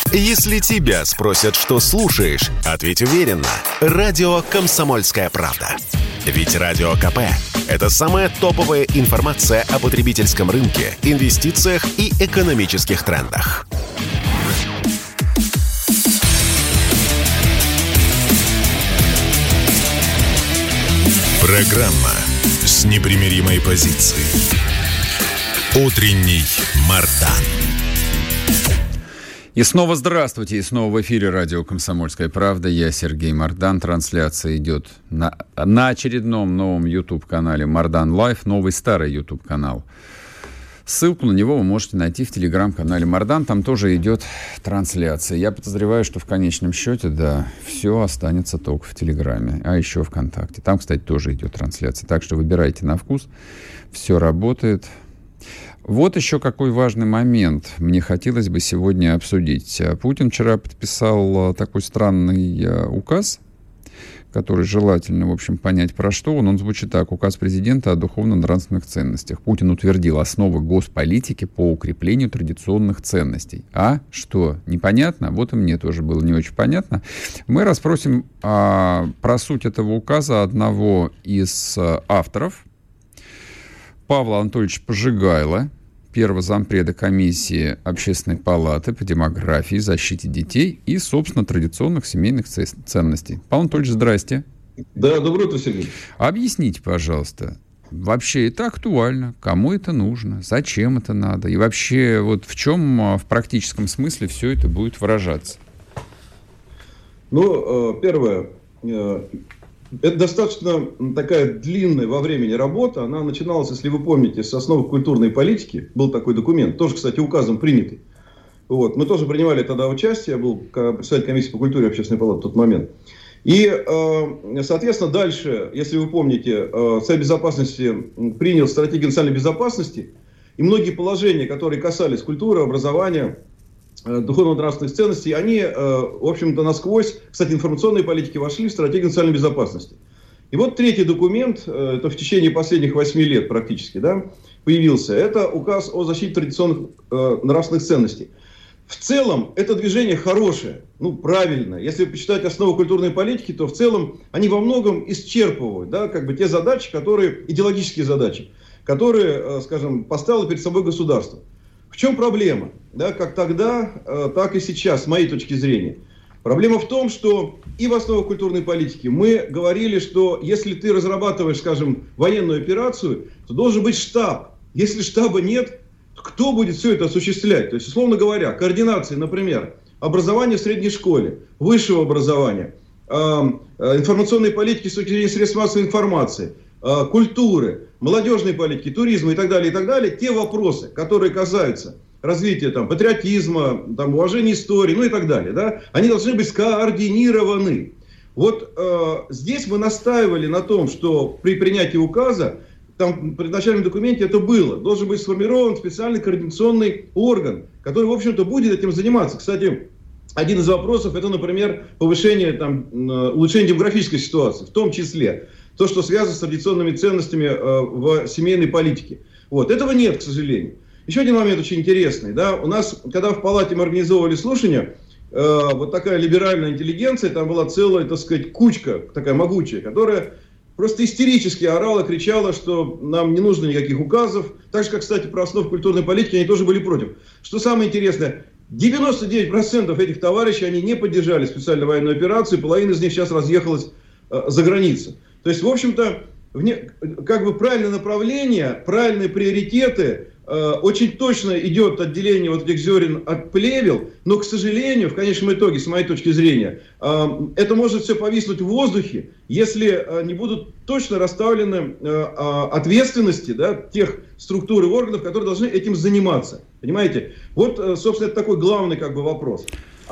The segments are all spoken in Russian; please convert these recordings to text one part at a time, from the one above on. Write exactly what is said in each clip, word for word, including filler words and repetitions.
Если тебя спросят, что слушаешь, ответь уверенно. Радио «Комсомольская правда». Ведь Радио КП – это самая топовая информация о потребительском рынке, инвестициях и экономических трендах. Программа с непримиримой позицией. Утренний Мардан. И снова здравствуйте, и снова в эфире радио «Комсомольская правда». Я Сергей Мардан. Трансляция идет на, на очередном новом YouTube-канале «Мардан Лайв», новый старый YouTube-канал. Ссылку на него вы можете найти в телеграм-канале «Мардан». Там тоже идет трансляция. Я подозреваю, что в конечном счете, да, все останется только в Телеграме, а еще ВКонтакте. Там, кстати, тоже идет трансляция. Так что выбирайте на вкус. Все работает. Вот еще какой важный момент мне хотелось бы сегодня обсудить. Путин вчера подписал такой странный указ, который желательно, в общем, понять, про что он. Он звучит так. Указ президента о духовно-нравственных ценностях. Путин утвердил основы госполитики по укреплению традиционных ценностей. А что, непонятно? Вот и мне тоже было не очень понятно. Мы расспросим а, про суть этого указа одного из а, авторов, Павла Анатольевича Пожигайла, первого зампреда комиссии Общественной палаты по демографии, защите детей и, собственно, традиционных семейных ценностей. Павел Анатольевич, здрасте. Да, доброе утро, Сергей. Объясните, пожалуйста, вообще это актуально, кому это нужно, зачем это надо, и вообще вот в чем в практическом смысле все это будет выражаться? Ну, первое, это достаточно такая длинная во времени работа. Она начиналась, если вы помните, с основы культурной политики. Был такой документ, тоже, кстати, указом принятый. Вот. Мы тоже принимали тогда участие. Я был председатель комиссии по культуре Общественной палаты в тот момент. И, соответственно, дальше, если вы помните, Совет Безопасности принял стратегию национальной безопасности. И многие положения, которые касались культуры, образования, духовно-нравственных ценностей, они, в общем-то, насквозь, кстати, информационные политики вошли в стратегию национальной безопасности. И вот третий документ, это в течение последних восьми лет практически, да, появился, это указ о защите традиционных э, нравственных ценностей. В целом, это движение хорошее, ну, правильное. Если почитать основу культурной политики, то в целом они во многом исчерпывают, да, как бы те задачи, которые, идеологические задачи, которые, э, скажем, поставило перед собой государство. В чем проблема? Да, как тогда, э, так и сейчас, с моей точки зрения. Проблема в том, что и в основах культурной политики мы говорили, что если ты разрабатываешь, скажем, военную операцию, то должен быть штаб. Если штаба нет, то кто будет все это осуществлять? То есть, условно говоря, координации, например, образования в средней школе, высшего образования, э, э, информационной политики с точки зрения средств массовой информации, культуры, молодежной политики, туризма и так далее, и так далее, те вопросы, которые касаются развития там, патриотизма, там, уважения истории, ну и так далее, да, они должны быть скоординированы. Вот э, здесь мы настаивали на том, что при принятии указа, там в предначальном документе это было, должен быть сформирован специальный координационный орган, который, в общем-то, будет этим заниматься. Кстати, один из вопросов, это, например, повышение, там, улучшение демографической ситуации, в том числе то, что связано с традиционными ценностями э, в семейной политике. Вот. Этого нет, к сожалению. Еще один момент очень интересный. Да? У нас, когда в палате мы организовывали слушания, э, вот такая либеральная интеллигенция, там была целая, так сказать, кучка, такая могучая, которая просто истерически орала, кричала, что нам не нужно никаких указов. Так же, как, кстати, про основу культурной политики, они тоже были против. Что самое интересное, девяносто девять процентов этих товарищей, они не поддержали специальную военную операцию, половина из них сейчас разъехалась э, за границу. То есть, в общем-то, вне, как бы правильное направление, правильные приоритеты, э, очень точно идет отделение вот этих зерен от плевел, но, к сожалению, в конечном итоге, с моей точки зрения, э, это может все повиснуть в воздухе, если э, не будут точно расставлены э, ответственности, да, тех структур и органов, которые должны этим заниматься. Понимаете? Вот, э, собственно, это такой главный как бы вопрос.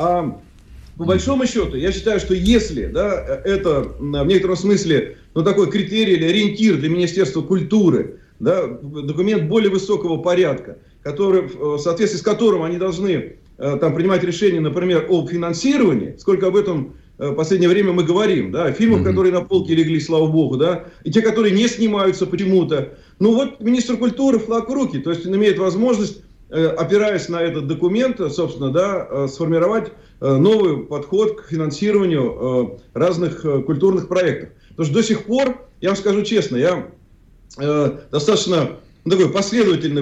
А по большому счету, я считаю, что если, да, это в некотором смысле, ну, такой критерий или ориентир для Министерства культуры, да, документ более высокого порядка, который, в соответствии с которым они должны там принимать решения, например, о финансировании, сколько об этом в последнее время мы говорим, да, фильмов, mm-hmm. которые на полке легли, слава богу, да, и те, которые не снимаются почему-то. Ну вот министр культуры флаг в руки, то есть он имеет возможность опираясь на этот документ, собственно, да, сформировать новый подход к финансированию разных культурных проектов. Потому что до сих пор, я вам скажу честно, я достаточно такой последовательный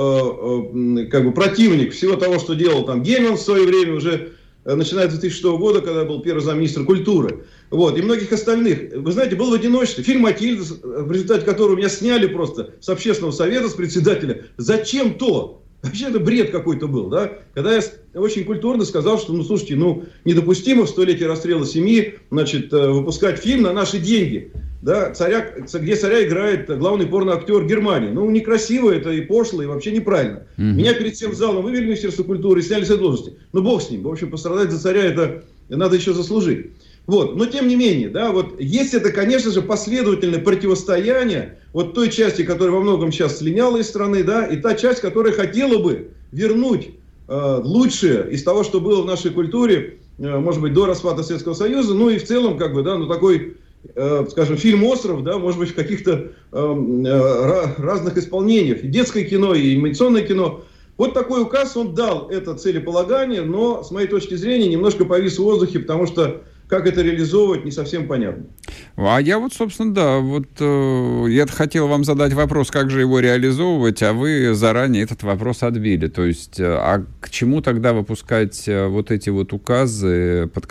был как бы противник всего того, что делал там Гейман в свое время, уже начиная с две тысячи шестого года, когда был первый замминистра культуры. Вот, и многих остальных. Вы знаете, был в одиночестве. Фильм «Матильда», в результате которого меня сняли просто с общественного совета, с председателя. Зачем то? Вообще это бред какой-то был, да? Когда я очень культурно сказал, что, ну, слушайте, ну, недопустимо в столетие расстрела семьи, значит, выпускать фильм на наши деньги, да, царя, где царя играет главный порноактер Германии. Ну, некрасиво это и пошло, и вообще неправильно. Mm-hmm. Меня перед всем залом вывели в Министерство культуры и сняли с этой должности. Ну, бог с ним. В общем, пострадать за царя это надо еще заслужить. Вот. Но тем не менее, да, вот есть это, конечно же, последовательное противостояние вот той части, которая во многом сейчас слиняла из страны, да, и та часть, которая хотела бы вернуть э, лучшее из того, что было в нашей культуре, э, может быть, до распада Советского Союза, ну и в целом, как бы, да, ну такой, э, скажем, фильм «Остров», да, может быть, в каких-то э, э, разных исполнениях, и детское кино, и анимационное кино. Вот такой указ, он дал это целеполагание, но, с моей точки зрения, немножко повис в воздухе, потому что как это реализовывать, не совсем понятно. А я вот, собственно, да, вот э, я хотел вам задать вопрос, как же его реализовывать, а вы заранее этот вопрос отбили. То есть, а к чему тогда выпускать вот эти вот указы, под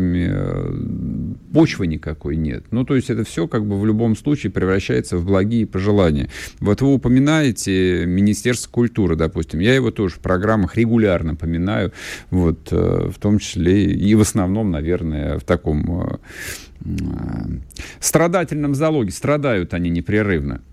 которыми почвы никакой нет? Ну, то есть, это все как бы в любом случае превращается в благие пожелания. Вот вы упоминаете Министерство культуры, допустим. Я его тоже в программах регулярно поминаю, вот, э, в том числе и в основном, наверное, в таком э, э, страдательном залоге. Страдают они непрерывно.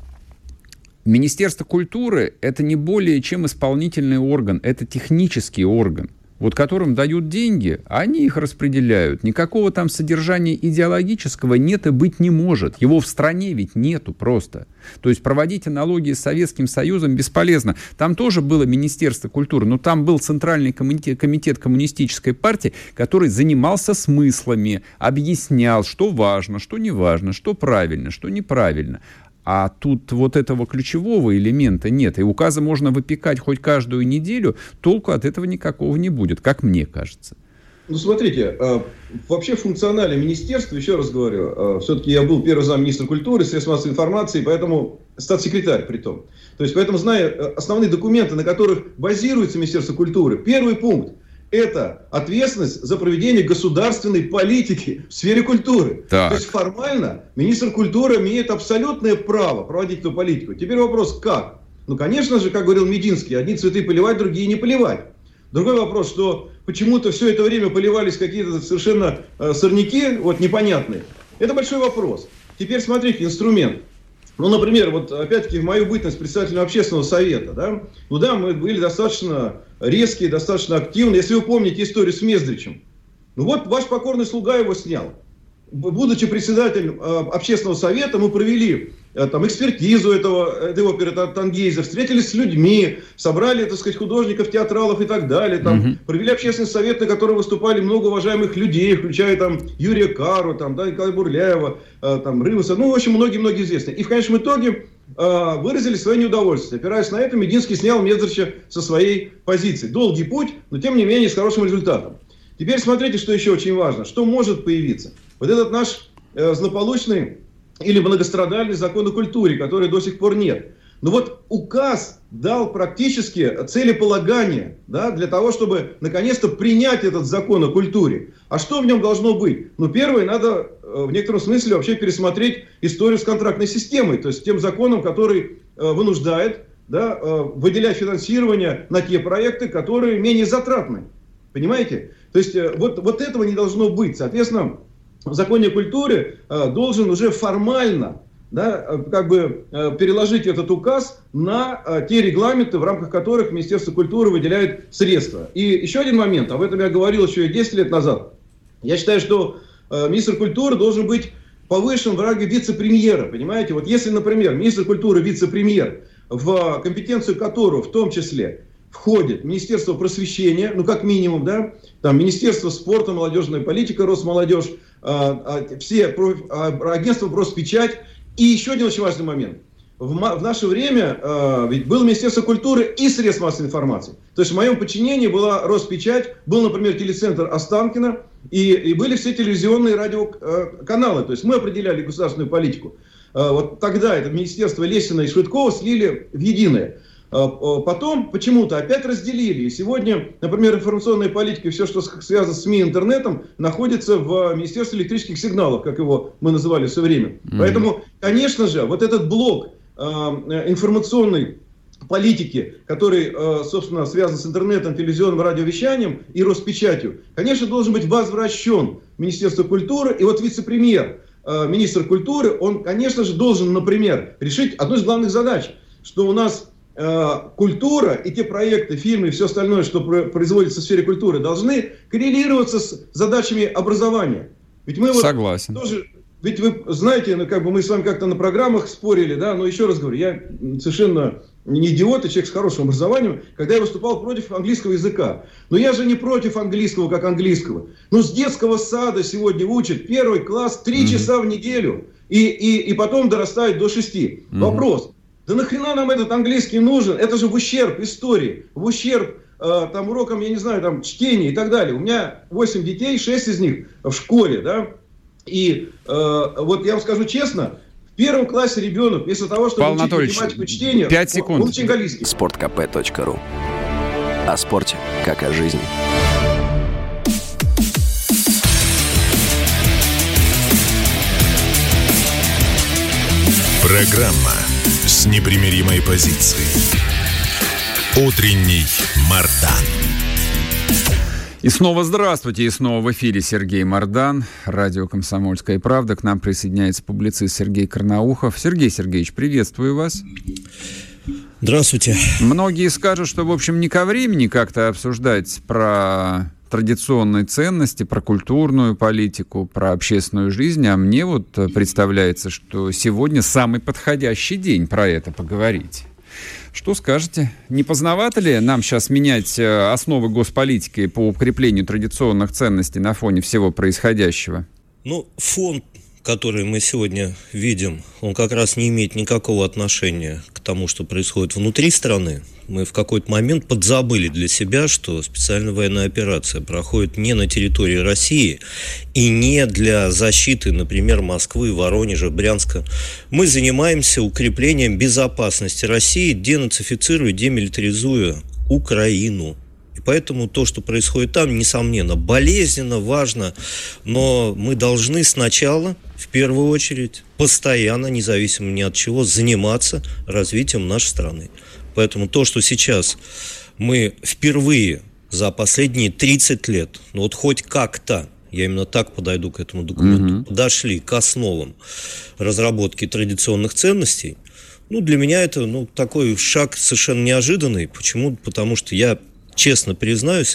Министерство культуры — это не более чем исполнительный орган, это технический орган, вот которым дают деньги, а они их распределяют. Никакого там содержания идеологического нет и быть не может. Его в стране ведь нету просто. То есть проводить аналогии с Советским Союзом бесполезно. Там тоже было Министерство культуры, но там был Центральный комитет, комитет коммунистической партии, который занимался смыслами, объяснял, что важно, что не важно, что правильно, что неправильно. А тут вот этого ключевого элемента нет. И указы можно выпекать хоть каждую неделю, толку от этого никакого не будет, как мне кажется. Ну, смотрите, вообще функционально министерство, еще раз говорю, все-таки я был первый замминистра культуры, средств массовой информации, поэтому статс-секретарь при том. То есть, поэтому, зная основные документы, на которых базируется Министерство культуры, первый пункт — это ответственность за проведение государственной политики в сфере культуры. Так. То есть формально министр культуры имеет абсолютное право проводить эту политику. Теперь вопрос, как? Ну, конечно же, как говорил Мединский, одни цветы поливать, другие не поливать. Другой вопрос, что почему-то все это время поливались какие-то совершенно э, сорняки, вот непонятные. Это большой вопрос. Теперь смотрите, инструмент. Ну, например, вот опять-таки в мою бытность председателем общественного совета, да, ну да, мы были достаточно резкие, достаточно активные. Если вы помните историю с Мездричем, ну вот ваш покорный слуга его снял. Будучи председателем э, общественного совета, мы провели э, там экспертизу этого, этой оперы Тангейза, встретились с людьми, собрали, так сказать, художников, театралов и так далее. Там, mm-hmm. провели общественный совет, на котором выступали много уважаемых людей, включая там Юрия Кару, там, да, Николая Бурляева, э, там, Рыбаса, ну, в общем, многие-многие известные. И в конечном итоге э, выразили свое неудовольствие. Опираясь на это, Мединский снял Мездрича со своей позиции. Долгий путь, но тем не менее с хорошим результатом. Теперь смотрите, что еще очень важно. Что может появиться? Вот этот наш э, злополучный или многострадальный закон о культуре, который до сих пор нет. Но вот указ дал практически целеполагание, да, для того, чтобы наконец-то принять этот закон о культуре. А что в нем должно быть? Ну, первое, надо э, в некотором смысле вообще пересмотреть историю с контрактной системой, то есть тем законом, который э, вынуждает, да, э, выделять финансирование на те проекты, которые менее затратны. Понимаете? То есть э, вот, вот этого не должно быть. Соответственно, в законе о культуре э, должен уже формально, да, э, как бы э, переложить этот указ на э, те регламенты, в рамках которых Министерство культуры выделяет средства. И еще один момент, об этом я говорил еще и десять лет назад. Я считаю, что э, министр культуры должен быть повышен в ранге вице-премьера. Понимаете? Вот если, например, министр культуры вице-премьер, в компетенцию которого в том числе входит Министерство просвещения, ну как минимум, да, там Министерство спорта, молодежная политика, Росмолодежь, э, э, все про, э, агентства Проспечать. И еще один очень важный момент. в, в наше время э, ведь было Министерство культуры и средств массовой информации. То есть в моем подчинении была Роспечать, был, например, телецентр Останкино, и, и были все телевизионные радиоканалы. То есть мы определяли государственную политику. Э, вот тогда это министерство Лесина и Швыдкова слили в единое. Потом почему-то опять разделили. И сегодня, например, информационная политика и все, что связано с СМИ и интернетом, находится в Министерстве электрических сигналов, как его мы называли все время. Mm-hmm. Поэтому, конечно же, вот этот блок э, информационной политики, который, э, собственно, связан с интернетом, телевизионным радиовещанием и Роспечатью, конечно, должен быть возвращен в Министерство культуры. И вот вице-премьер, э, министр культуры, он, конечно же, должен, например, решить одну из главных задач, что у нас культура и те проекты, фильмы и все остальное, что производится в сфере культуры, должны коррелироваться с задачами образования. Ведь мы Согласен. Вот тоже, ведь вы знаете, ну, как бы мы с вами как-то на программах спорили, да, но еще раз говорю, я совершенно не идиот, а человек с хорошим образованием, когда я выступал против английского языка. Но я же не против английского как английского. Но с детского сада сегодня учат первый класс три mm-hmm. часа в неделю и, и, и потом дорастают до шести. Mm-hmm. Вопрос. Да нахрена нам этот английский нужен? Это же в ущерб истории, в ущерб э, там, урокам, я не знаю, там, чтения и так далее. У меня восемь детей, шесть из них в школе, да. И э, вот я вам скажу честно, в первом классе ребенок, вместо того, чтобы Павел учить математику, чтение, пять секунд. он учит английский. спорт кей пи точка ру. О спорте, как о жизни. Программа с непримиримой позицией. Утренний Мардан. И снова здравствуйте, и снова в эфире Сергей Мардан, радио «Комсомольская правда». К нам присоединяется публицист Сергей Карнаухов. Сергей Сергеевич, приветствую вас. Здравствуйте. Многие скажут, что, в общем, не ко времени как-то обсуждать про традиционные ценности, про культурную политику, про общественную жизнь, а мне вот представляется, что сегодня самый подходящий день про это поговорить. Что скажете? Не поздновато ли нам сейчас менять основы госполитики по укреплению традиционных ценностей на фоне всего происходящего? Ну, фон, который мы сегодня видим, он как раз не имеет никакого отношения к тому, что происходит внутри страны. Мы в какой-то момент подзабыли для себя, что специальная военная операция проходит не на территории России и не для защиты, например, Москвы, Воронежа, Брянска. Мы занимаемся укреплением безопасности России, денацифицируя, демилитаризуя Украину. И поэтому то, что происходит там, несомненно, болезненно, важно, но мы должны сначала, в первую очередь, постоянно, независимо ни от чего, заниматься развитием нашей страны. Поэтому то, что сейчас мы впервые за последние тридцать лет, ну вот хоть как-то, я именно так подойду к этому документу, mm-hmm. подошли к основам разработки традиционных ценностей, ну для меня это ну, такой шаг совершенно неожиданный. Почему? Потому что я, честно признаюсь,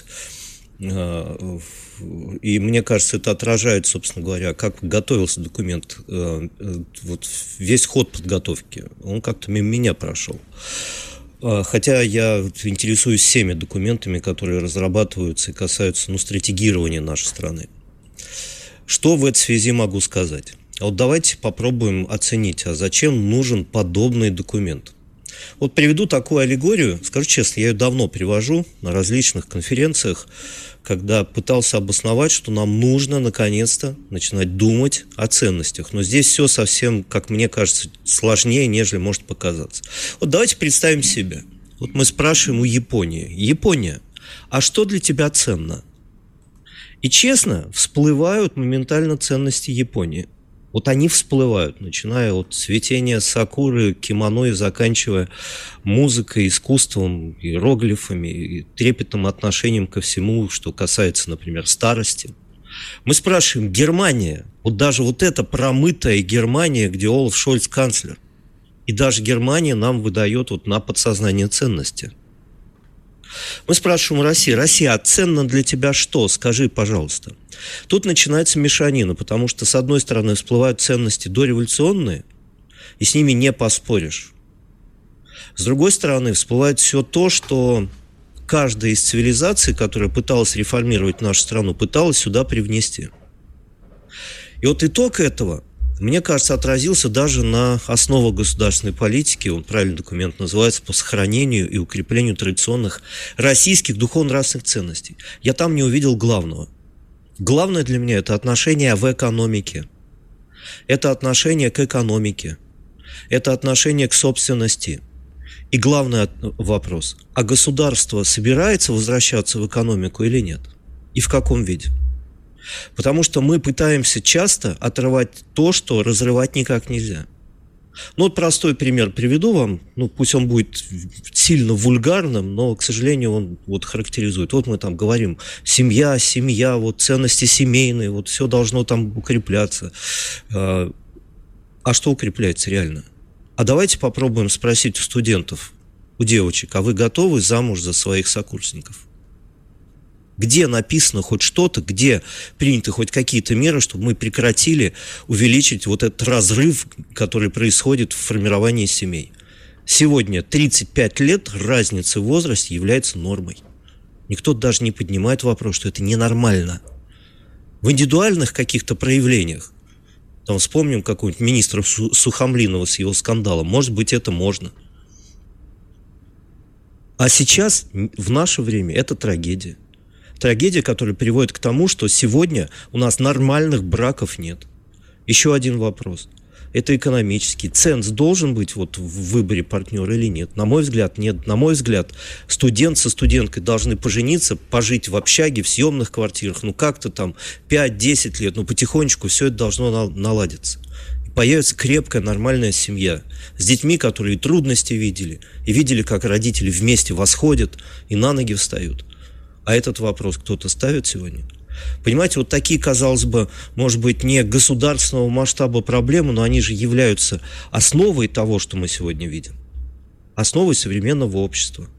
и мне кажется, это отражает, собственно говоря, как готовился документ, вот весь ход подготовки, он как-то мимо меня прошел. Хотя я интересуюсь всеми документами, которые разрабатываются и касаются ну, стратегирования нашей страны. Что в этой связи могу сказать? Вот давайте попробуем оценить, а зачем нужен подобный документ. Вот приведу такую аллегорию, скажу честно, я ее давно привожу на различных конференциях, когда пытался обосновать, что нам нужно наконец-то начинать думать о ценностях. Но здесь все совсем, как мне кажется, сложнее, нежели может показаться. Вот давайте представим себя. Вот мы спрашиваем у Японии. Япония, а что для тебя ценно? И честно, всплывают моментально ценности Японии. Вот они всплывают, начиная от цветения сакуры, кимоно и заканчивая музыкой, искусством, иероглифами, и трепетным отношением ко всему, что касается, например, старости. Мы спрашиваем, Германия, вот даже вот эта промытая Германия, где Олаф Шольц канцлер, и даже Германия нам выдает вот на подсознание ценности. Мы спрашиваем России, Россия, а ценно для тебя что? Скажи, пожалуйста. Тут начинается мешанина, потому что, с одной стороны, всплывают ценности дореволюционные, и с ними не поспоришь. С другой стороны, всплывает все то, что каждая из цивилизаций, которая пыталась реформировать нашу страну, пыталась сюда привнести. И вот итог этого мне кажется, отразился даже на основах государственной политики, он правильный документ называется, по сохранению и укреплению традиционных российских духовно-нравственных ценностей. Я там не увидел главного. Главное для меня – это отношение в экономике. Это отношение к экономике. Это отношение к собственности. И главный вопрос – а государство собирается возвращаться в экономику или нет? И в каком виде? Потому что мы пытаемся часто отрывать то, что разрывать никак нельзя. Ну, вот простой пример приведу вам. Ну, пусть он будет сильно вульгарным, но, к сожалению, он вот характеризует. Вот мы там говорим, семья, семья, вот ценности семейные, вот все должно там укрепляться. А что укрепляется реально? А давайте попробуем спросить у студентов, у девочек, а вы готовы замуж за своих сокурсников? Где написано хоть что-то, где приняты хоть какие-то меры, чтобы мы прекратили увеличить вот этот разрыв, который происходит в формировании семей. Сегодня тридцать пять лет разницы в возрасте является нормой. Никто даже не поднимает вопрос, что это ненормально. В индивидуальных каких-то проявлениях, там вспомним какого-нибудь министра Сухомлинова с его скандалом, может быть, это можно. А сейчас, в наше время, это трагедия. Трагедия, которая приводит к тому, что сегодня у нас нормальных браков нет. Еще один вопрос. Это экономический. Ценз должен быть вот в выборе партнера или нет? На мой взгляд, нет. На мой взгляд, студент со студенткой должны пожениться, пожить в общаге, в съемных квартирах. Ну, как-то там пять-десять лет, ну, потихонечку все это должно наладиться. И появится крепкая, нормальная семья с детьми, которые трудности видели, и видели, как родители вместе восходят и на ноги встают. А этот вопрос кто-то ставит сегодня? Понимаете, вот такие, казалось бы, может быть, не государственного масштаба проблемы, но они же являются основой того, что мы сегодня видим. Основой современного общества.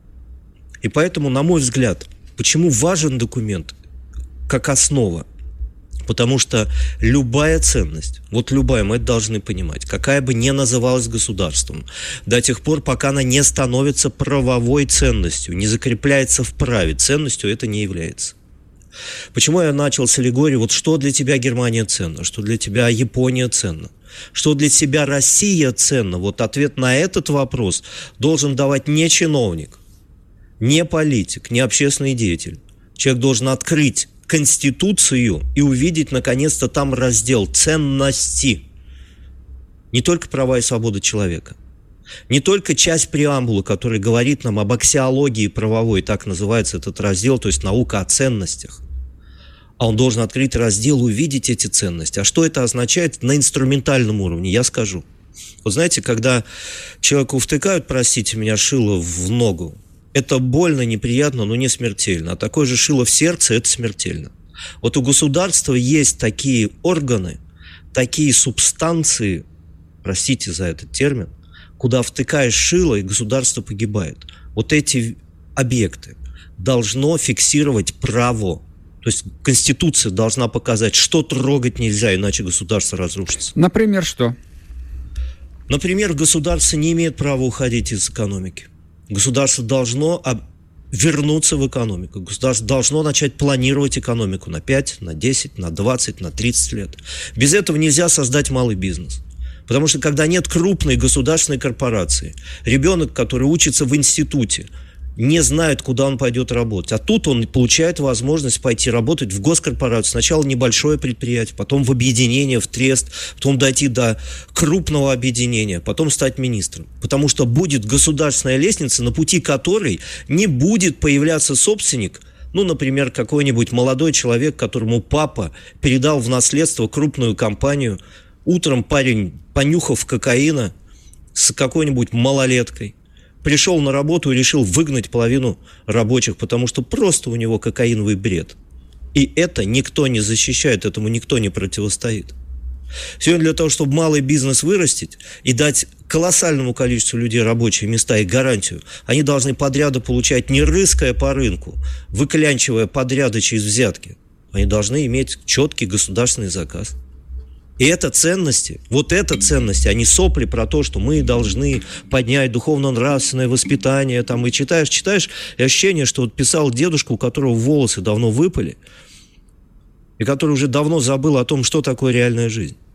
И поэтому, на мой взгляд, почему важен документ как основа? Потому что любая ценность, вот любая, мы это должны понимать, какая бы ни называлась государством, до тех пор, пока она не становится правовой ценностью, не закрепляется в праве, ценностью это не является. Почему я начал с аллегории, вот что для тебя Германия ценна, что для тебя Япония ценна, что для тебя Россия ценна? Вот ответ на этот вопрос должен давать не чиновник, не политик, не общественный деятель. Человек должен открыть Конституцию и увидеть, наконец-то, там раздел ценности. Не только права и свободы человека, не только часть преамбулы, которая говорит нам об аксиологии правовой, так называется этот раздел, то есть наука о ценностях. А он должен открыть раздел, увидеть эти ценности. А что это означает на инструментальном уровне, я скажу. Вот знаете, когда человеку втыкают, простите меня, шило в ногу, это больно, неприятно, но не смертельно. А такое же шило в сердце – это смертельно. Вот у государства есть такие органы, такие субстанции, простите за этот термин, куда втыкаешь шило, и государство погибает. Вот эти объекты должно фиксировать право. То есть Конституция должна показать, что трогать нельзя, иначе государство разрушится. Например, что? Например, государство не имеет права уходить из экономики. Государство должно вернуться в экономику. Государство должно начать планировать экономику на пять, на десять, на двадцать, на тридцать лет. Без этого нельзя создать малый бизнес. Потому что когда нет крупной государственной корпорации, ребенок, который учится в институте, не знает, куда он пойдет работать. А тут он получает возможность пойти работать в госкорпорацию. Сначала небольшое предприятие, потом в объединение, в трест, потом дойти до крупного объединения, потом стать министром. Потому что будет государственная лестница, на пути которой не будет появляться собственник, ну, например, какой-нибудь молодой человек, которому папа передал в наследство крупную компанию. Утром парень, понюхав кокаина с какой-нибудь малолеткой, пришел на работу и решил выгнать половину рабочих, потому что просто у него кокаиновый бред. И это никто не защищает, этому никто не противостоит. Сегодня для того, чтобы малый бизнес вырастить и дать колоссальному количеству людей рабочие места и гарантию, они должны подряды получать, не рыская по рынку, выклянчивая подряды через взятки. Они должны иметь четкий государственный заказ. И это ценности, вот это ценности, а не сопли про то, что мы должны поднять духовно-нравственное воспитание. Там, и читаешь, читаешь, и ощущение, что вот писал дедушка, у которого волосы давно выпали, и который уже давно забыл о том, что такое реальная жизнь.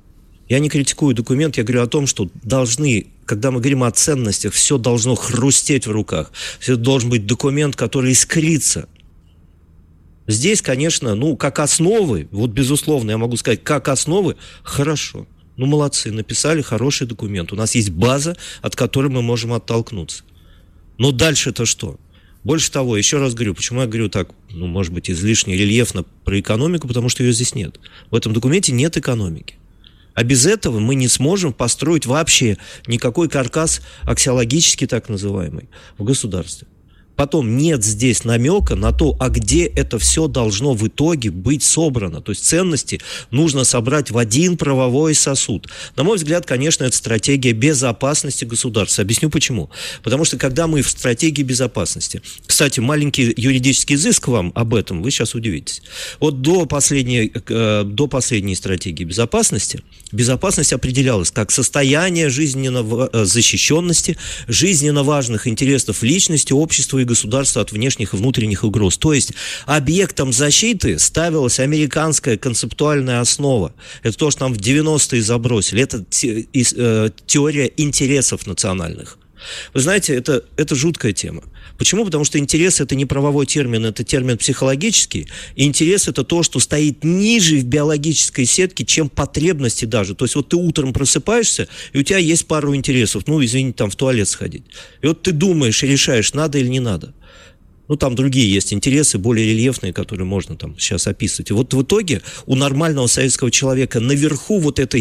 Я не критикую документ, я говорю о том, что должны, когда мы говорим о ценностях, все должно хрустеть в руках. Это должен быть документ, который искрится. Здесь, конечно, ну, как основы, вот безусловно, я могу сказать, как основы, хорошо. Ну, молодцы, написали хороший документ. У нас есть база, от которой мы можем оттолкнуться. Но дальше-то что? Больше того, еще раз говорю, почему я говорю так, ну, может быть, излишне рельефно про экономику, потому что ее здесь нет. В этом документе нет экономики. А без этого мы не сможем построить вообще никакой каркас аксиологический, так называемый, в государстве. Потом нет здесь намека на то, а где это все должно в итоге быть собрано. То есть ценности нужно собрать в один правовой сосуд. На мой взгляд, конечно, это стратегия безопасности государства. Объясню почему. Потому что когда мы в стратегии безопасности... Кстати, маленький юридический изыск вам об этом, вы сейчас удивитесь. Вот до последней, э, до последней стратегии безопасности безопасность определялась как состояние жизненно защищенности, жизненно важных интересов личности, общества и государства от внешних и внутренних угроз. То есть объектом защиты ставилась американская концептуальная основа. Это то, что нам в девяностые забросили. Это теория интересов национальных. Вы знаете, это, это жуткая тема. Почему? Потому что интерес – это не правовой термин, это термин психологический. И интерес – это то, что стоит ниже в биологической сетке, чем потребности даже. То есть вот ты утром просыпаешься, и у тебя есть пару интересов. Ну, извини, там в туалет сходить. И вот ты думаешь и решаешь, надо или не надо. Ну, там другие есть интересы, более рельефные, которые можно там сейчас описывать. И вот в итоге у нормального советского человека наверху вот этой,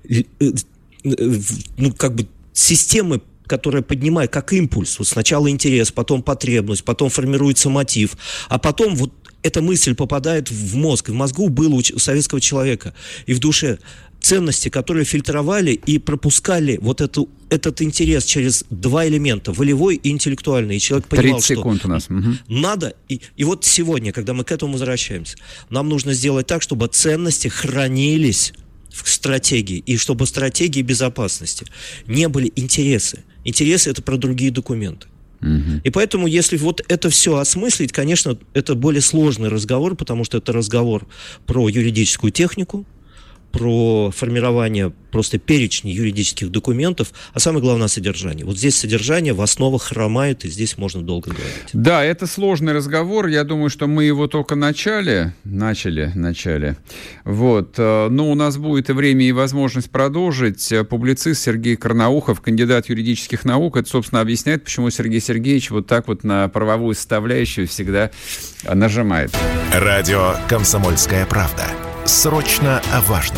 ну, как бы системы, которая поднимает как импульс. Вот сначала интерес, потом потребность, потом формируется мотив, а потом вот эта мысль попадает в мозг. В мозгу было у советского человека и в душе ценности, которые фильтровали и пропускали вот эту, этот интерес через два элемента, волевой и интеллектуальный. И человек понимал, тридцать секунд что у нас. Угу. надо. И, и вот сегодня, когда мы к этому возвращаемся, нам нужно сделать так, чтобы ценности хранились в стратегии, и чтобы стратегии безопасности не были интересы. Интересы – это про другие документы. Uh-huh. И поэтому, если вот это все осмыслить, конечно, это более сложный разговор, потому что это разговор про юридическую технику, про формирование просто перечня юридических документов, а самое главное – содержание. Вот здесь содержание в основах хромает, и здесь можно долго говорить. Да, это сложный разговор. Я думаю, что мы его только начали. Начали, начали. Вот. Но у нас будет и время, и возможность продолжить. Публицист Сергей Карнаухов, кандидат юридических наук. Это, собственно, объясняет, почему Сергей Сергеевич вот так вот на правовую составляющую всегда нажимает. Радио «Комсомольская правда». Срочно о важном.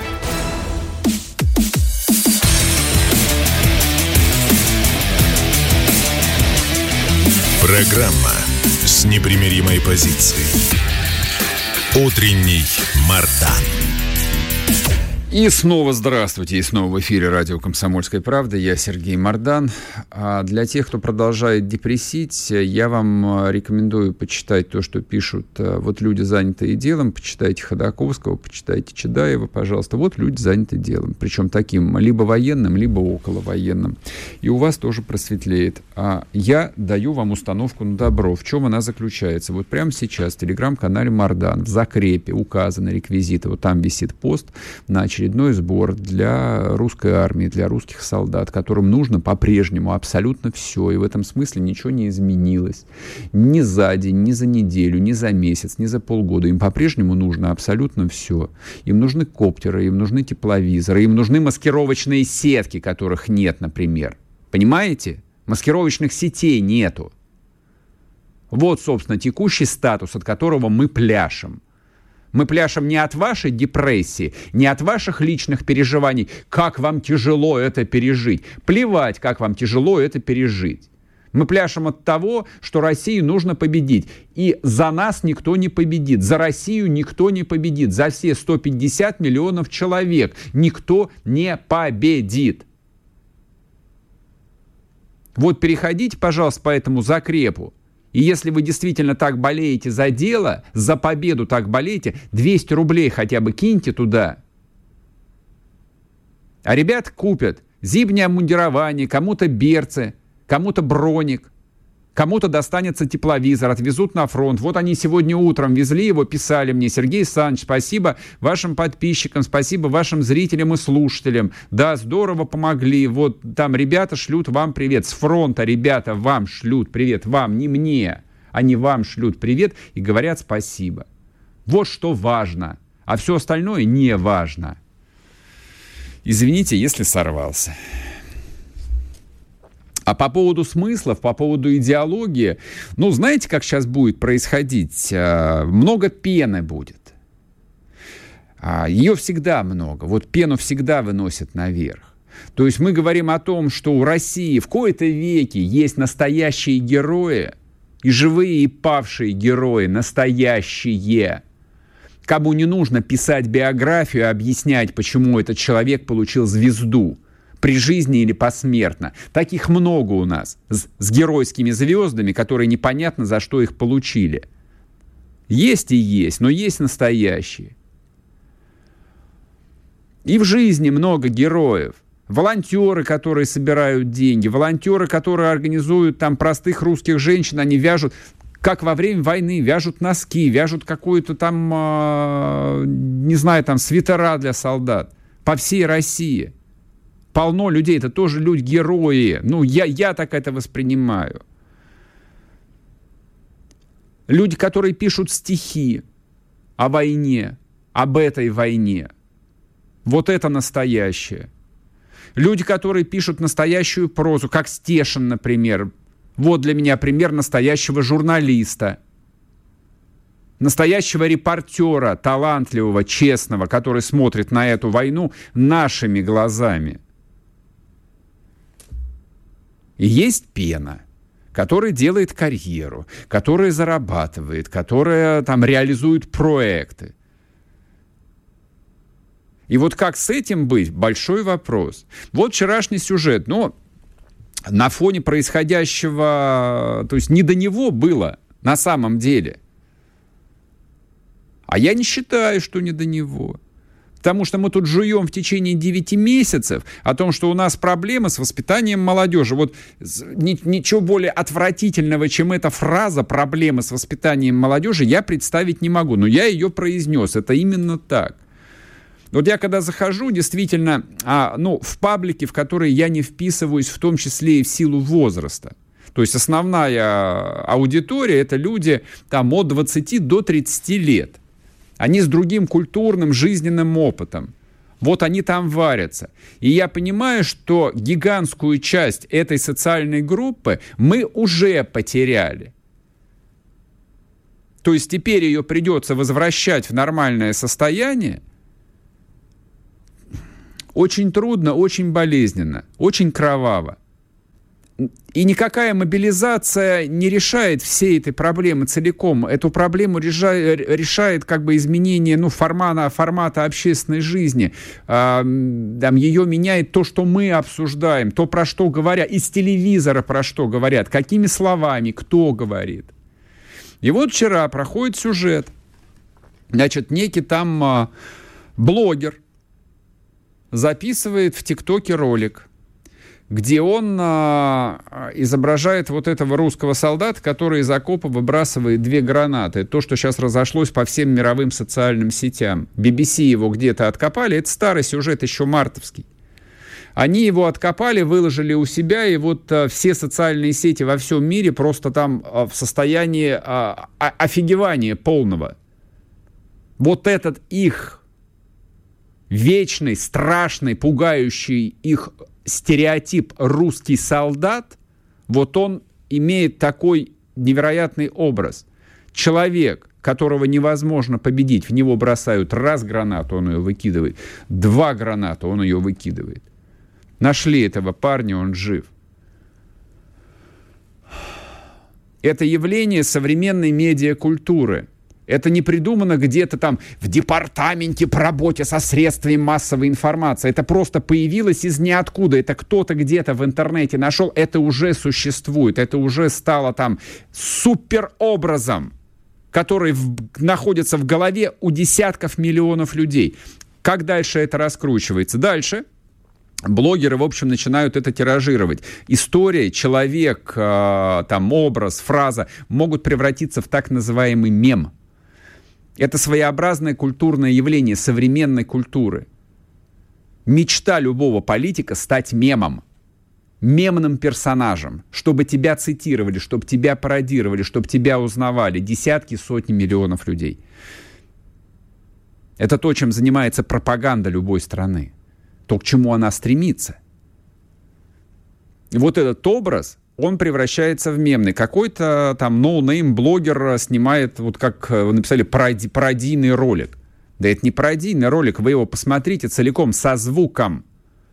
Программа с непримиримой позицией. Утренний Мардан. И снова здравствуйте, и снова в эфире радио «Комсомольская правда». Я Сергей Мардан. А для тех, кто продолжает депрессить, я вам рекомендую почитать то, что пишут вот люди, занятые делом. Почитайте Ходаковского, почитайте Чедаева, пожалуйста. Вот люди, занятые делом. Причем таким либо военным, либо околовоенным. И у вас тоже просветлеет. А я даю вам установку на добро. В чем она заключается? Вот прямо сейчас в телеграм-канале Мардан в закрепе указаны реквизиты. Вот там висит пост на очередной сбор для русской армии, для русских солдат, которым нужно по-прежнему абсолютно все. И в этом смысле ничего не изменилось. Ни за день, ни за неделю, ни за месяц, ни за полгода. Им по-прежнему нужно абсолютно все. Им нужны коптеры, им нужны тепловизоры, им нужны маскировочные сетки, которых нет, например. Понимаете? Маскировочных сетей нету. Вот, собственно, текущий статус, от которого мы пляшем. Мы пляшем не от вашей депрессии, не от ваших личных переживаний. Как вам тяжело это пережить? Плевать, как вам тяжело это пережить. Мы пляшем от того, что России нужно победить. И за нас никто не победит. За Россию никто не победит. За все сто пятьдесят миллионов человек никто не победит. Вот переходите, пожалуйста, по этому закрепу. И если вы действительно так болеете за дело, за победу так болеете, двести рублей хотя бы киньте туда. А ребята купят зимнее обмундирование, кому-то берцы, кому-то броник. Кому-то достанется тепловизор, отвезут на фронт. Вот они сегодня утром везли его, писали мне: Сергей Александрович, спасибо вашим подписчикам, спасибо вашим зрителям и слушателям. Да, здорово помогли. Вот там ребята шлют вам привет. С фронта ребята вам шлют привет. Вам, не мне. Они вам шлют привет и говорят спасибо. Вот что важно. А все остальное не важно. Извините, если сорвался. А по поводу смыслов, по поводу идеологии, ну, знаете, как сейчас будет происходить? Много пены будет. Ее всегда много. Вот пену всегда выносят наверх. То есть мы говорим о том, что у России в кои-то веки есть настоящие герои, и живые, и павшие герои, настоящие. Кому не нужно писать биографию, объяснять, почему этот человек получил звезду. При жизни или посмертно. Таких много у нас. С, с геройскими звездами, которые непонятно, за что их получили. Есть и есть, но есть настоящие. И в жизни много героев. Волонтеры, которые собирают деньги. Волонтеры, которые организуют там простых русских женщин. Они вяжут, как во время войны, вяжут носки, вяжут какую-то там, э, не знаю, там свитера для солдат. По всей России. Полно людей, это тоже люди-герои. Ну, я, я так это воспринимаю. Люди, которые пишут стихи о войне, об этой войне. Вот это настоящее. Люди, которые пишут настоящую прозу, как Стешин, например. Вот для меня пример настоящего журналиста. Настоящего репортера, талантливого, честного, который смотрит на эту войну нашими глазами. И есть пена, которая делает карьеру, которая зарабатывает, которая там реализует проекты. И вот как с этим быть? Большой вопрос. Вот вчерашний сюжет. Но на фоне происходящего, то есть не до него было на самом деле. А я не считаю, что не до него. Потому что мы тут жуем в течение девяти месяцев о том, что у нас проблемы с воспитанием молодежи. Вот ничего более отвратительного, чем эта фраза «проблемы с воспитанием молодежи», я представить не могу. Но я ее произнес. Это именно так. Вот я когда захожу, действительно, а, ну, в паблики, в которые я не вписываюсь, в том числе и в силу возраста. То есть основная аудитория — это люди там, от двадцати до тридцати лет. Они с другим культурным, жизненным опытом. Вот они там варятся. И я понимаю, что гигантскую часть этой социальной группы мы уже потеряли. То есть теперь ее придется возвращать в нормальное состояние. Очень трудно, очень болезненно, очень кроваво. И никакая мобилизация не решает всей этой проблемы целиком. Эту проблему решает, решает как бы изменение ну, формата, формата общественной жизни. А, там, ее меняет то, что мы обсуждаем, то, про что говорят, из телевизора про что говорят, какими словами, кто говорит. И вот вчера проходит сюжет. Значит, некий там а, блогер записывает в ТикТоке ролик, где он а, изображает вот этого русского солдата, который из окопа выбрасывает две гранаты. То, что сейчас разошлось по всем мировым социальным сетям. би би си его где-то откопали. Это старый сюжет, еще мартовский. Они его откопали, выложили у себя, и вот а, все социальные сети во всем мире просто там а, в состоянии а, а, офигевания полного. Вот этот их вечный, страшный, пугающий их стереотип «русский солдат», вот он имеет такой невероятный образ. Человек, которого невозможно победить, в него бросают раз гранату, он ее выкидывает, два граната, он ее выкидывает. Нашли этого парня, он жив. Это явление современной медиакультуры. Это не придумано где-то там в департаменте по работе со средствами массовой информации. Это просто появилось из ниоткуда. Это кто-то где-то в интернете нашел. Это уже существует. Это уже стало там суперобразом, который в, находится в голове у десятков миллионов людей. Как дальше это раскручивается? Дальше блогеры, в общем, начинают это тиражировать. История, человек, там, образ, фраза могут превратиться в так называемый мем. Это своеобразное культурное явление современной культуры. Мечта любого политика — стать мемом. Мемным персонажем, чтобы тебя цитировали, чтобы тебя пародировали, чтобы тебя узнавали десятки, сотни миллионов людей. Это то, чем занимается пропаганда любой страны. То, к чему она стремится. И вот этот образ, он превращается в мемный. Какой-то там ноунейм-блогер снимает, вот как вы написали, пароди, пародийный ролик. Да это не пародийный ролик, вы его посмотрите целиком, со звуком.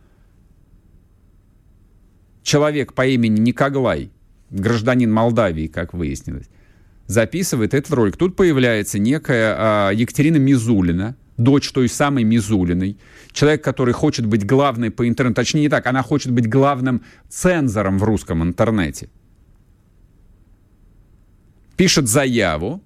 Человек по имени Никоглай, гражданин Молдавии, как выяснилось, записывает этот ролик. Тут появляется некая а, Екатерина Мизулина, дочь той самой Мизулиной, человек, который хочет быть главной по интернету, точнее не так, она хочет быть главным цензором в русском интернете. Пишет заяву,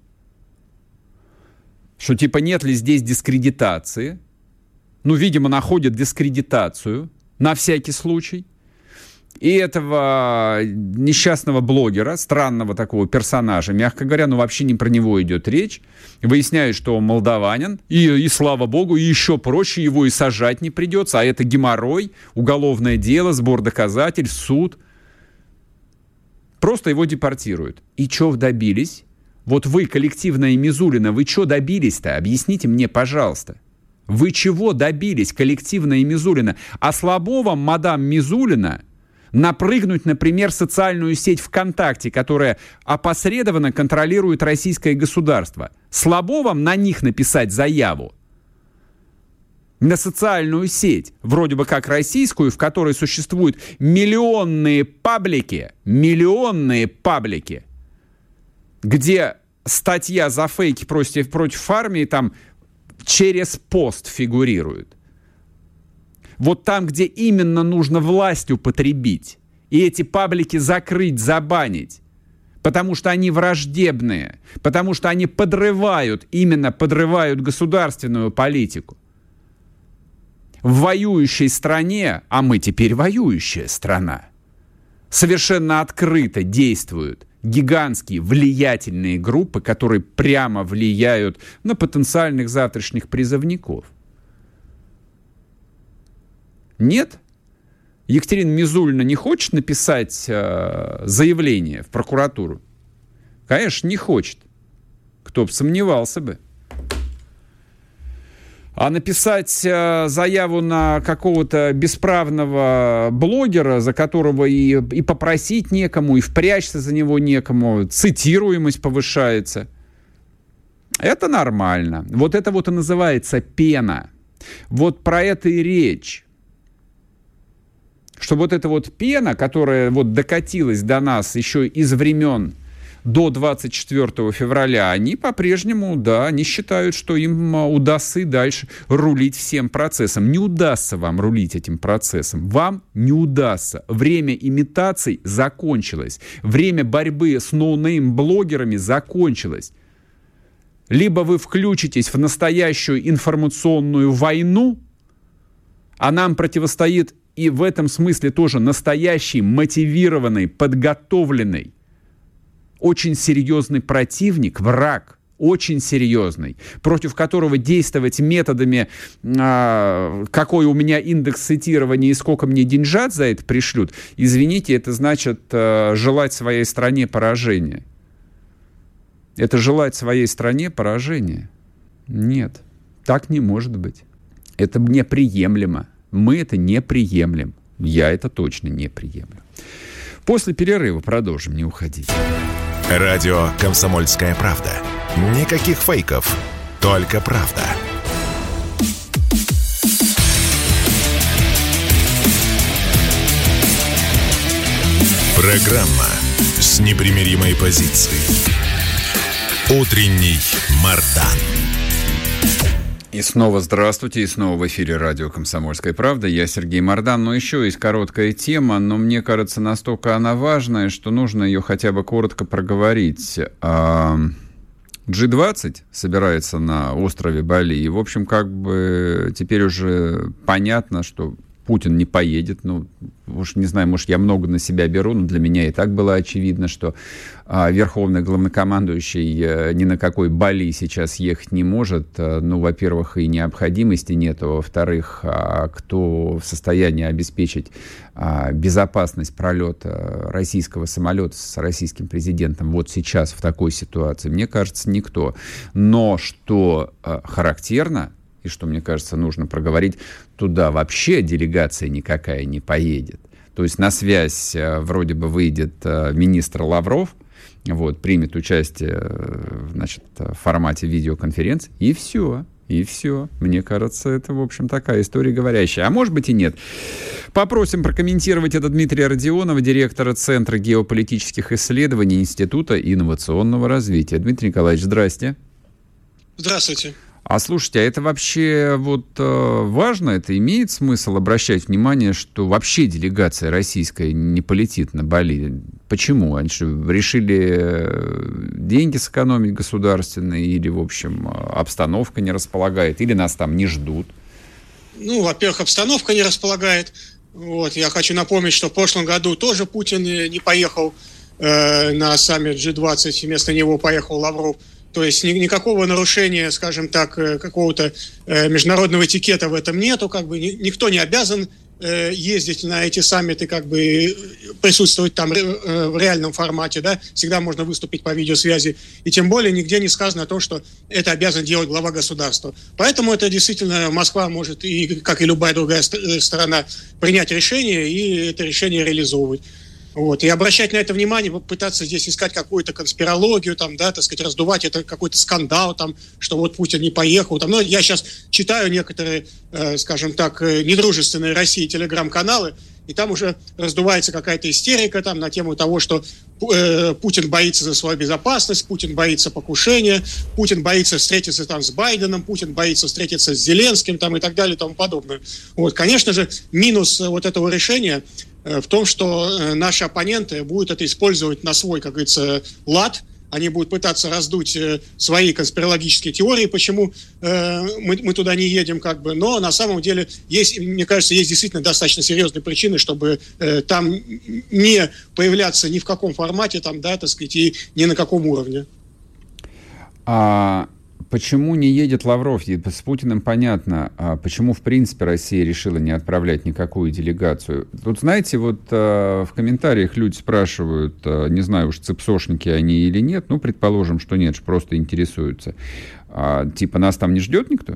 что типа нет ли здесь дискредитации. Ну, видимо, находит дискредитацию на всякий случай. И этого несчастного блогера, странного такого персонажа, мягко говоря, ну вообще не про него идет речь, выясняют, что он молдаванин, и, и слава богу, и еще проще, его и сажать не придется, а это геморрой, уголовное дело, сбор доказательств, суд. Просто его депортируют. И что добились? Вот вы, коллективная Мизулина, вы что добились-то? Объясните мне, пожалуйста. Вы чего добились, коллективная Мизулина? А слабо вам, мадам Мизулина, напрыгнуть, например, социальную сеть ВКонтакте, которая опосредованно контролирует российское государство. Слабо вам на них написать заяву? На социальную сеть, вроде бы как российскую, в которой существуют миллионные паблики, миллионные паблики, где статья за фейки против, против армии там через пост фигурирует. Вот там, где именно нужно власть употребить, и эти паблики закрыть, забанить, потому что они враждебные, потому что они подрывают, именно подрывают государственную политику. В воюющей стране, а мы теперь воюющая страна, совершенно открыто действуют гигантские влиятельные группы, которые прямо влияют на потенциальных завтрашних призывников. Нет? Екатерина Мизулина не хочет написать э, заявление в прокуратуру? Конечно, не хочет. Кто бы сомневался бы. А написать э, заяву на какого-то бесправного блогера, за которого и, и попросить некому, и впрячься за него некому, цитируемость повышается, это нормально. Вот это вот и называется пена. Вот про это и речь. Что вот эта вот пена, которая вот докатилась до нас еще из времен до двадцать четвёртого февраля, они по-прежнему, да, они считают, что им удастся и дальше рулить всем процессом. Не удастся вам рулить этим процессом. Вам не удастся. Время имитаций закончилось. Время борьбы с ноунейм-блогерами закончилось. Либо вы включитесь в настоящую информационную войну, а нам противостоит и в этом смысле тоже настоящий, мотивированный, подготовленный, очень серьезный противник, враг, очень серьезный, против которого действовать методами, а, какой у меня индекс цитирования и сколько мне деньжат за это пришлют, извините, это значит а, желать своей стране поражения. Это желать своей стране поражения? Нет, так не может быть. Это неприемлемо. Мы это не приемлем. Я это точно не приемлю. После перерыва продолжим, не уходите. Радио «Комсомольская правда». Никаких фейков, только правда. Программа с непримиримой позицией. Утренний Мардан. И снова здравствуйте, и снова в эфире радио «Комсомольская правда». Я Сергей Мардан. Но еще есть короткая тема, но мне кажется, настолько она важная, что нужно ее хотя бы коротко проговорить. джи двадцать собирается на острове Бали, и, в общем, как бы теперь уже понятно, что Путин не поедет. Ну, уж не знаю, может, я много на себя беру, но для меня и так было очевидно, что а, верховный главнокомандующий а, ни на какой Бали сейчас ехать не может. А, ну, во-первых, и необходимости нет, а во-вторых, а, кто в состоянии обеспечить а, безопасность пролета российского самолета с российским президентом вот сейчас в такой ситуации, мне кажется, никто. Но что а, характерно, и что, мне кажется, нужно проговорить, туда вообще делегация никакая не поедет. То есть на связь вроде бы выйдет министр Лавров, вот, примет участие, значит, в формате видеоконференции, и все. И все. Мне кажется, это, в общем, такая история говорящая. А может быть и нет. Попросим прокомментировать это Дмитрия Родионова, директора Центра геополитических исследований Института инновационного развития. Дмитрий Николаевич, здрасте. Здравствуйте. А слушайте, а это вообще вот э, важно, это имеет смысл обращать внимание, что вообще делегация российская не полетит на Бали? Почему? Они что, решили деньги сэкономить государственные, или, в общем, обстановка не располагает, или нас там не ждут? Ну, во-первых, обстановка не располагает. Вот, я хочу напомнить, что в прошлом году тоже Путин не поехал э, на саммит джи двадцать, вместо него поехал Лавров. То есть ни, никакого нарушения, скажем так, какого-то э, международного этикета в этом нету, как бы ни, никто не обязан э, ездить на эти саммиты, как бы присутствовать там э, в реальном формате, да, всегда можно выступить по видеосвязи, и тем более нигде не сказано о том, что это обязан делать глава государства. Поэтому это действительно Москва может, и как и любая другая сторона, принять решение и это решение реализовывать. Вот. И обращать на это внимание, пытаться здесь искать какую-то конспирологию, там, да, так сказать, раздувать это какой-то скандал, там, что вот Путин не поехал. Там. Но я сейчас читаю некоторые, э, скажем так, недружественные России телеграм-каналы, и там уже раздувается какая-то истерика там, на тему того, что э, Путин боится за свою безопасность, Путин боится покушения, Путин боится встретиться там, с Байденом, Путин боится встретиться с Зеленским там, и так далее и тому подобное. Вот. Конечно же, минус вот этого решения в том, что наши оппоненты будут это использовать на свой, как говорится, лад. Они будут пытаться раздуть свои конспирологические теории, почему мы, мы туда не едем, как бы. Но на самом деле, есть, мне кажется, есть действительно достаточно серьезные причины, чтобы там не появляться ни в каком формате, там, да, так сказать, и ни на каком уровне. А почему не едет Лавров? С Путиным понятно. А почему, в принципе, Россия решила не отправлять никакую делегацию? Тут, знаете, вот а, в комментариях люди спрашивают, а, не знаю уж, цепсошники они или нет, ну, предположим, что нет, просто интересуются. А, типа, нас там не ждет никто?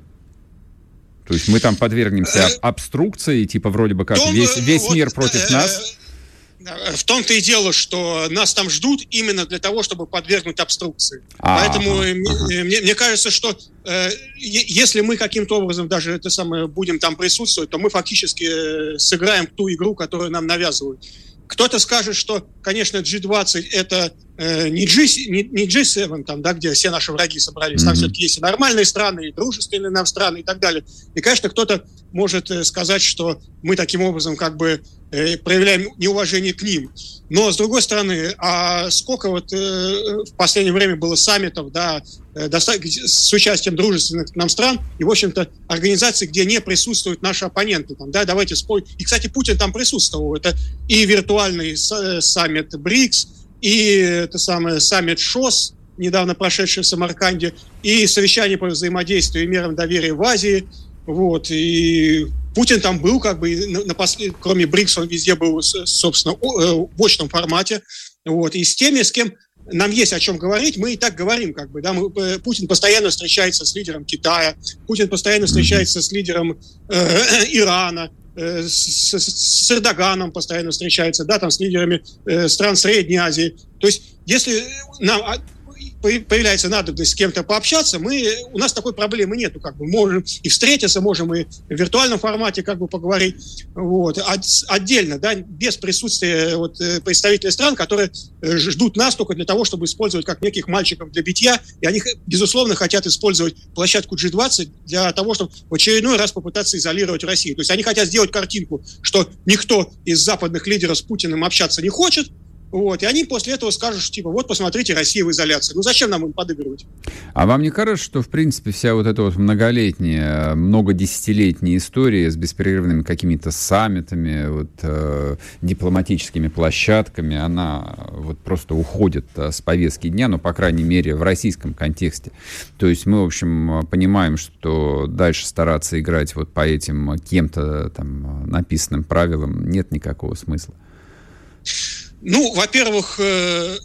То есть мы там подвергнемся обструкции, типа, вроде бы как весь, весь мир против нас? В том-то и дело, что нас там ждут именно для того, чтобы подвергнуть обструкции. А-а-а. Поэтому ага. мне, мне кажется, что э, если мы каким-то образом даже это самое, будем там присутствовать, то мы фактически сыграем ту игру, которую нам навязывают. Кто-то скажет, что, конечно, джи двадцать это э, не, G, не, не джи семь, там, да, где все наши враги собрались. Там mm-hmm. все-таки есть и нормальные страны, и дружественные нам страны и так далее. И, конечно, кто-то может э, сказать, что мы таким образом как бы э, проявляем неуважение к ним. Но, с другой стороны, а сколько вот э, в последнее время было саммитов, да, э, доста- с участием дружественных нам стран и, в общем-то, организаций, где не присутствуют наши оппоненты. Там, да, давайте вспомним. И, кстати, Путин там присутствовал. Это и виртуальный с- саммит БРИКС, и это самое саммит ШОС, недавно прошедший в Самарканде, и совещание по взаимодействию и мерам доверия в Азии. Вот, и Путин там был, как бы, на, на послед... кроме БРИКС, он везде был, собственно, в очном формате. Вот, и с теми, с кем нам есть о чем говорить, мы и так говорим, как бы, да, мы, Путин постоянно встречается с лидером Китая, Путин постоянно встречается с лидером э, Ирана, э, с, с, с Эрдоганом постоянно встречается, да, там, с лидерами э, стран Средней Азии. То есть, если нам появляется надобность с кем-то пообщаться, мы, у нас такой проблемы нету, как бы, можем и встретиться, можем и в виртуальном формате, как бы, поговорить, вот, от, отдельно, да, без присутствия вот, представителей стран, которые ждут нас только для того, чтобы использовать как неких мальчиков для битья, и они, безусловно, хотят использовать площадку джи двадцать для того, чтобы в очередной раз попытаться изолировать Россию. То есть они хотят сделать картинку, что никто из западных лидеров с Путиным общаться не хочет, Вот, и они после этого скажут, что, типа, вот, посмотрите, Россия в изоляции. Ну, зачем нам им подыгрывать? А вам не кажется, что, в принципе, вся вот эта вот многолетняя, многодесятилетняя история с беспрерывными какими-то саммитами, вот, э, дипломатическими площадками, она вот просто уходит э, с повестки дня, ну, по крайней мере, в российском контексте. То есть мы, в общем, понимаем, что дальше стараться играть вот по этим кем-то там написанным правилам нет никакого смысла. Ну, во-первых, э,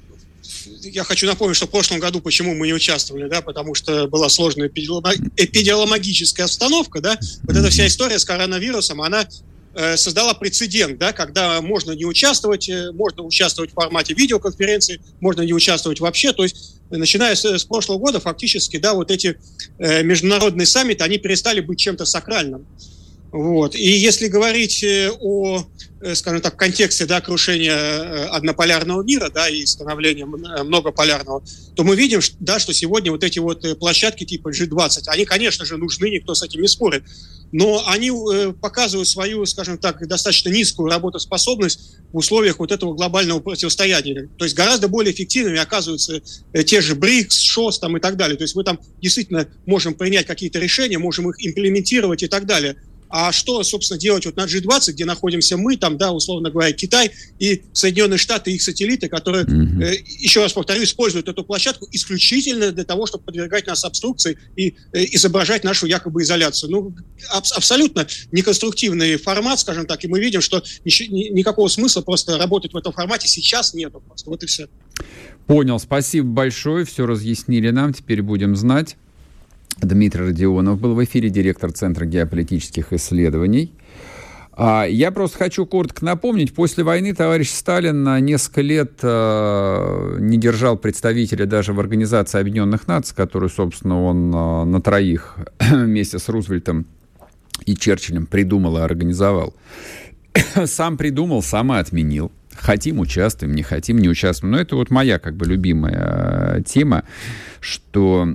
я хочу напомнить, что в прошлом году почему мы не участвовали, да, потому что была сложная эпидемиологическая обстановка, да, вот эта вся история с коронавирусом, она э, создала прецедент, да, когда можно не участвовать, можно участвовать в формате видеоконференции, можно не участвовать вообще, то есть начиная с, с прошлого года фактически, да, вот эти э, международные саммиты, они перестали быть чем-то сакральным. Вот. И если говорить о, скажем так, контексте, да, крушения однополярного мира, да, и становления многополярного, то мы видим, да, что сегодня вот эти вот площадки типа джи двадцать, они, конечно же, нужны, никто с этим не спорит, но они показывают свою, скажем так, достаточно низкую работоспособность в условиях вот этого глобального противостояния. То есть гораздо более эффективными оказываются те же брикс, ШОС там, и так далее. То есть мы там действительно можем принять какие-то решения, можем их имплементировать и так далее. А что, собственно, делать вот на джи двадцать, где находимся мы, там, да, условно говоря, Китай и Соединенные Штаты, их сателлиты, которые, mm-hmm. э, еще раз повторю, используют эту площадку исключительно для того, чтобы подвергать нас обструкции и э, изображать нашу якобы изоляцию. Ну, аб- абсолютно неконструктивный формат, скажем так, и мы видим, что ни- ни- никакого смысла просто работать в этом формате сейчас нету просто. Вот и все. Понял, спасибо большое, все разъяснили нам, теперь будем знать. Дмитрий Родионов был в эфире, директор Центра геополитических исследований. Я просто хочу коротко напомнить, после войны товарищ Сталин на несколько лет не держал представителя даже в Организации Объединенных Наций, которую, собственно, он на троих вместе с Рузвельтом и Черчиллем придумал и организовал. Сам придумал, сам и отменил. Хотим — участвуем, не хотим — не участвуем. Но это вот моя как бы любимая тема, что...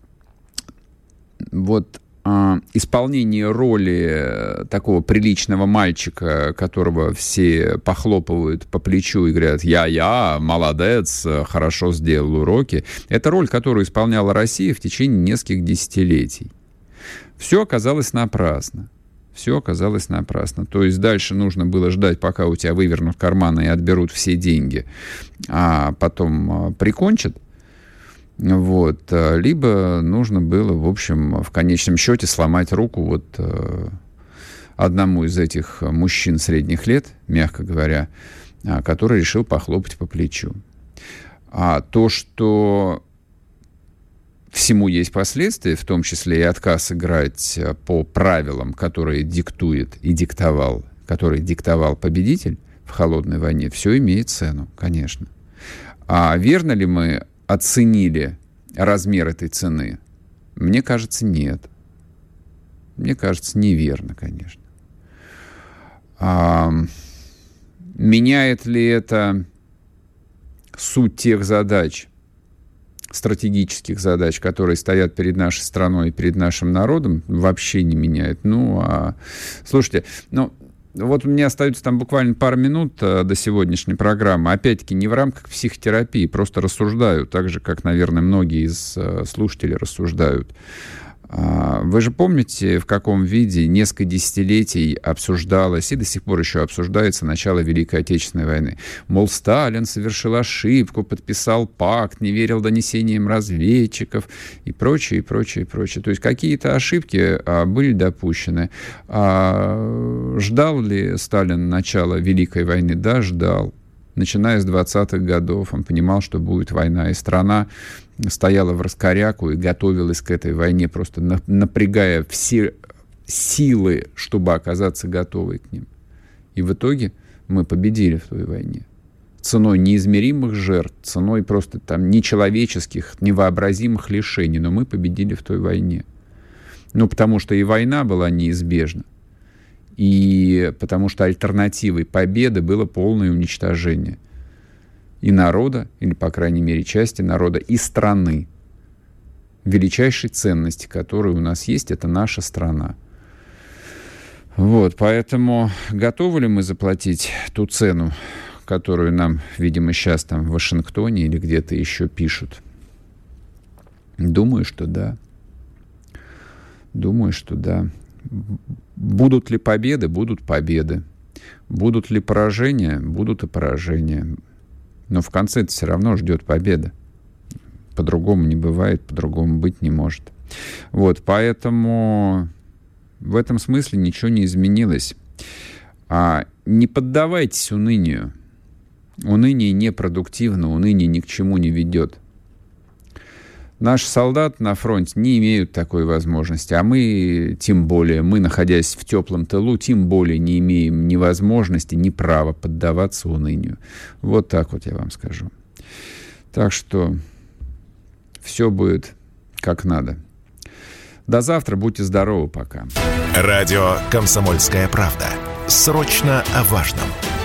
Вот э, исполнение роли такого приличного мальчика, которого все похлопывают по плечу и говорят: «Я-я, молодец, хорошо сделал уроки», это роль, которую исполняла Россия в течение нескольких десятилетий. Все оказалось напрасно. Все оказалось напрасно. То есть дальше нужно было ждать, пока у тебя вывернут карманы и отберут все деньги, а потом прикончат. Вот. Либо нужно было, в общем, в конечном счете сломать руку вот э, одному из этих мужчин средних лет, мягко говоря, который решил похлопать по плечу. А то, что всему есть последствия, в том числе и отказ играть по правилам, которые диктует и диктовал, которые диктовал победитель в холодной войне, все имеет цену, конечно. А верно ли мы оценили размер этой цены? Мне кажется, нет. Мне кажется, неверно, конечно. А, меняет ли это суть тех задач, стратегических задач, которые стоят перед нашей страной и перед нашим народом? Вообще не меняет. Ну, а... Слушайте, ну... Вот у меня остается там буквально пару минут а, до сегодняшней программы. Опять-таки, не в рамках психотерапии, просто рассуждаю, так же, как, наверное, многие из а, слушателей рассуждают. А, вы же помните, в каком виде несколько десятилетий обсуждалось и до сих пор еще обсуждается начало Великой Отечественной войны. Мол, Сталин совершил ошибку, подписал пакт, не верил донесениям разведчиков и прочее, и прочее, и прочее. То есть какие-то ошибки а, были допущены. А, ждал ли Сталин начала Великой войны? Да, ждал. Начиная с двадцатых годов он понимал, что будет война, и страна стояла в раскоряку и готовилась к этой войне, просто напрягая все силы, чтобы оказаться готовой к ним. И в итоге мы победили в той войне. Ценой неизмеримых жертв, ценой просто там нечеловеческих, невообразимых лишений, но мы победили в той войне. Ну, потому что и война была неизбежна. И потому что альтернативой победы было полное уничтожение и народа, или, по крайней мере, части народа, и страны. Величайшей ценности, которая у нас есть, это наша страна. Вот, поэтому готовы ли мы заплатить ту цену, которую нам, видимо, сейчас там в Вашингтоне или где-то еще пишут? Думаю, что да. Думаю, что да. Будут ли победы? Будут победы. Будут ли поражения? Будут и поражения. Но в конце это все равно ждет победа. По-другому не бывает, по-другому быть не может. Вот, поэтому в этом смысле ничего не изменилось. А не поддавайтесь унынию. Уныние непродуктивно, уныние ни к чему не ведет. Наши солдаты на фронте не имеют такой возможности, а мы, тем более, мы, находясь в теплом тылу, тем более не имеем ни возможности, ни права поддаваться унынию. Вот так вот я вам скажу. Так что все будет как надо. До завтра, будьте здоровы, пока. Радио «Комсомольская правда». Срочно о важном.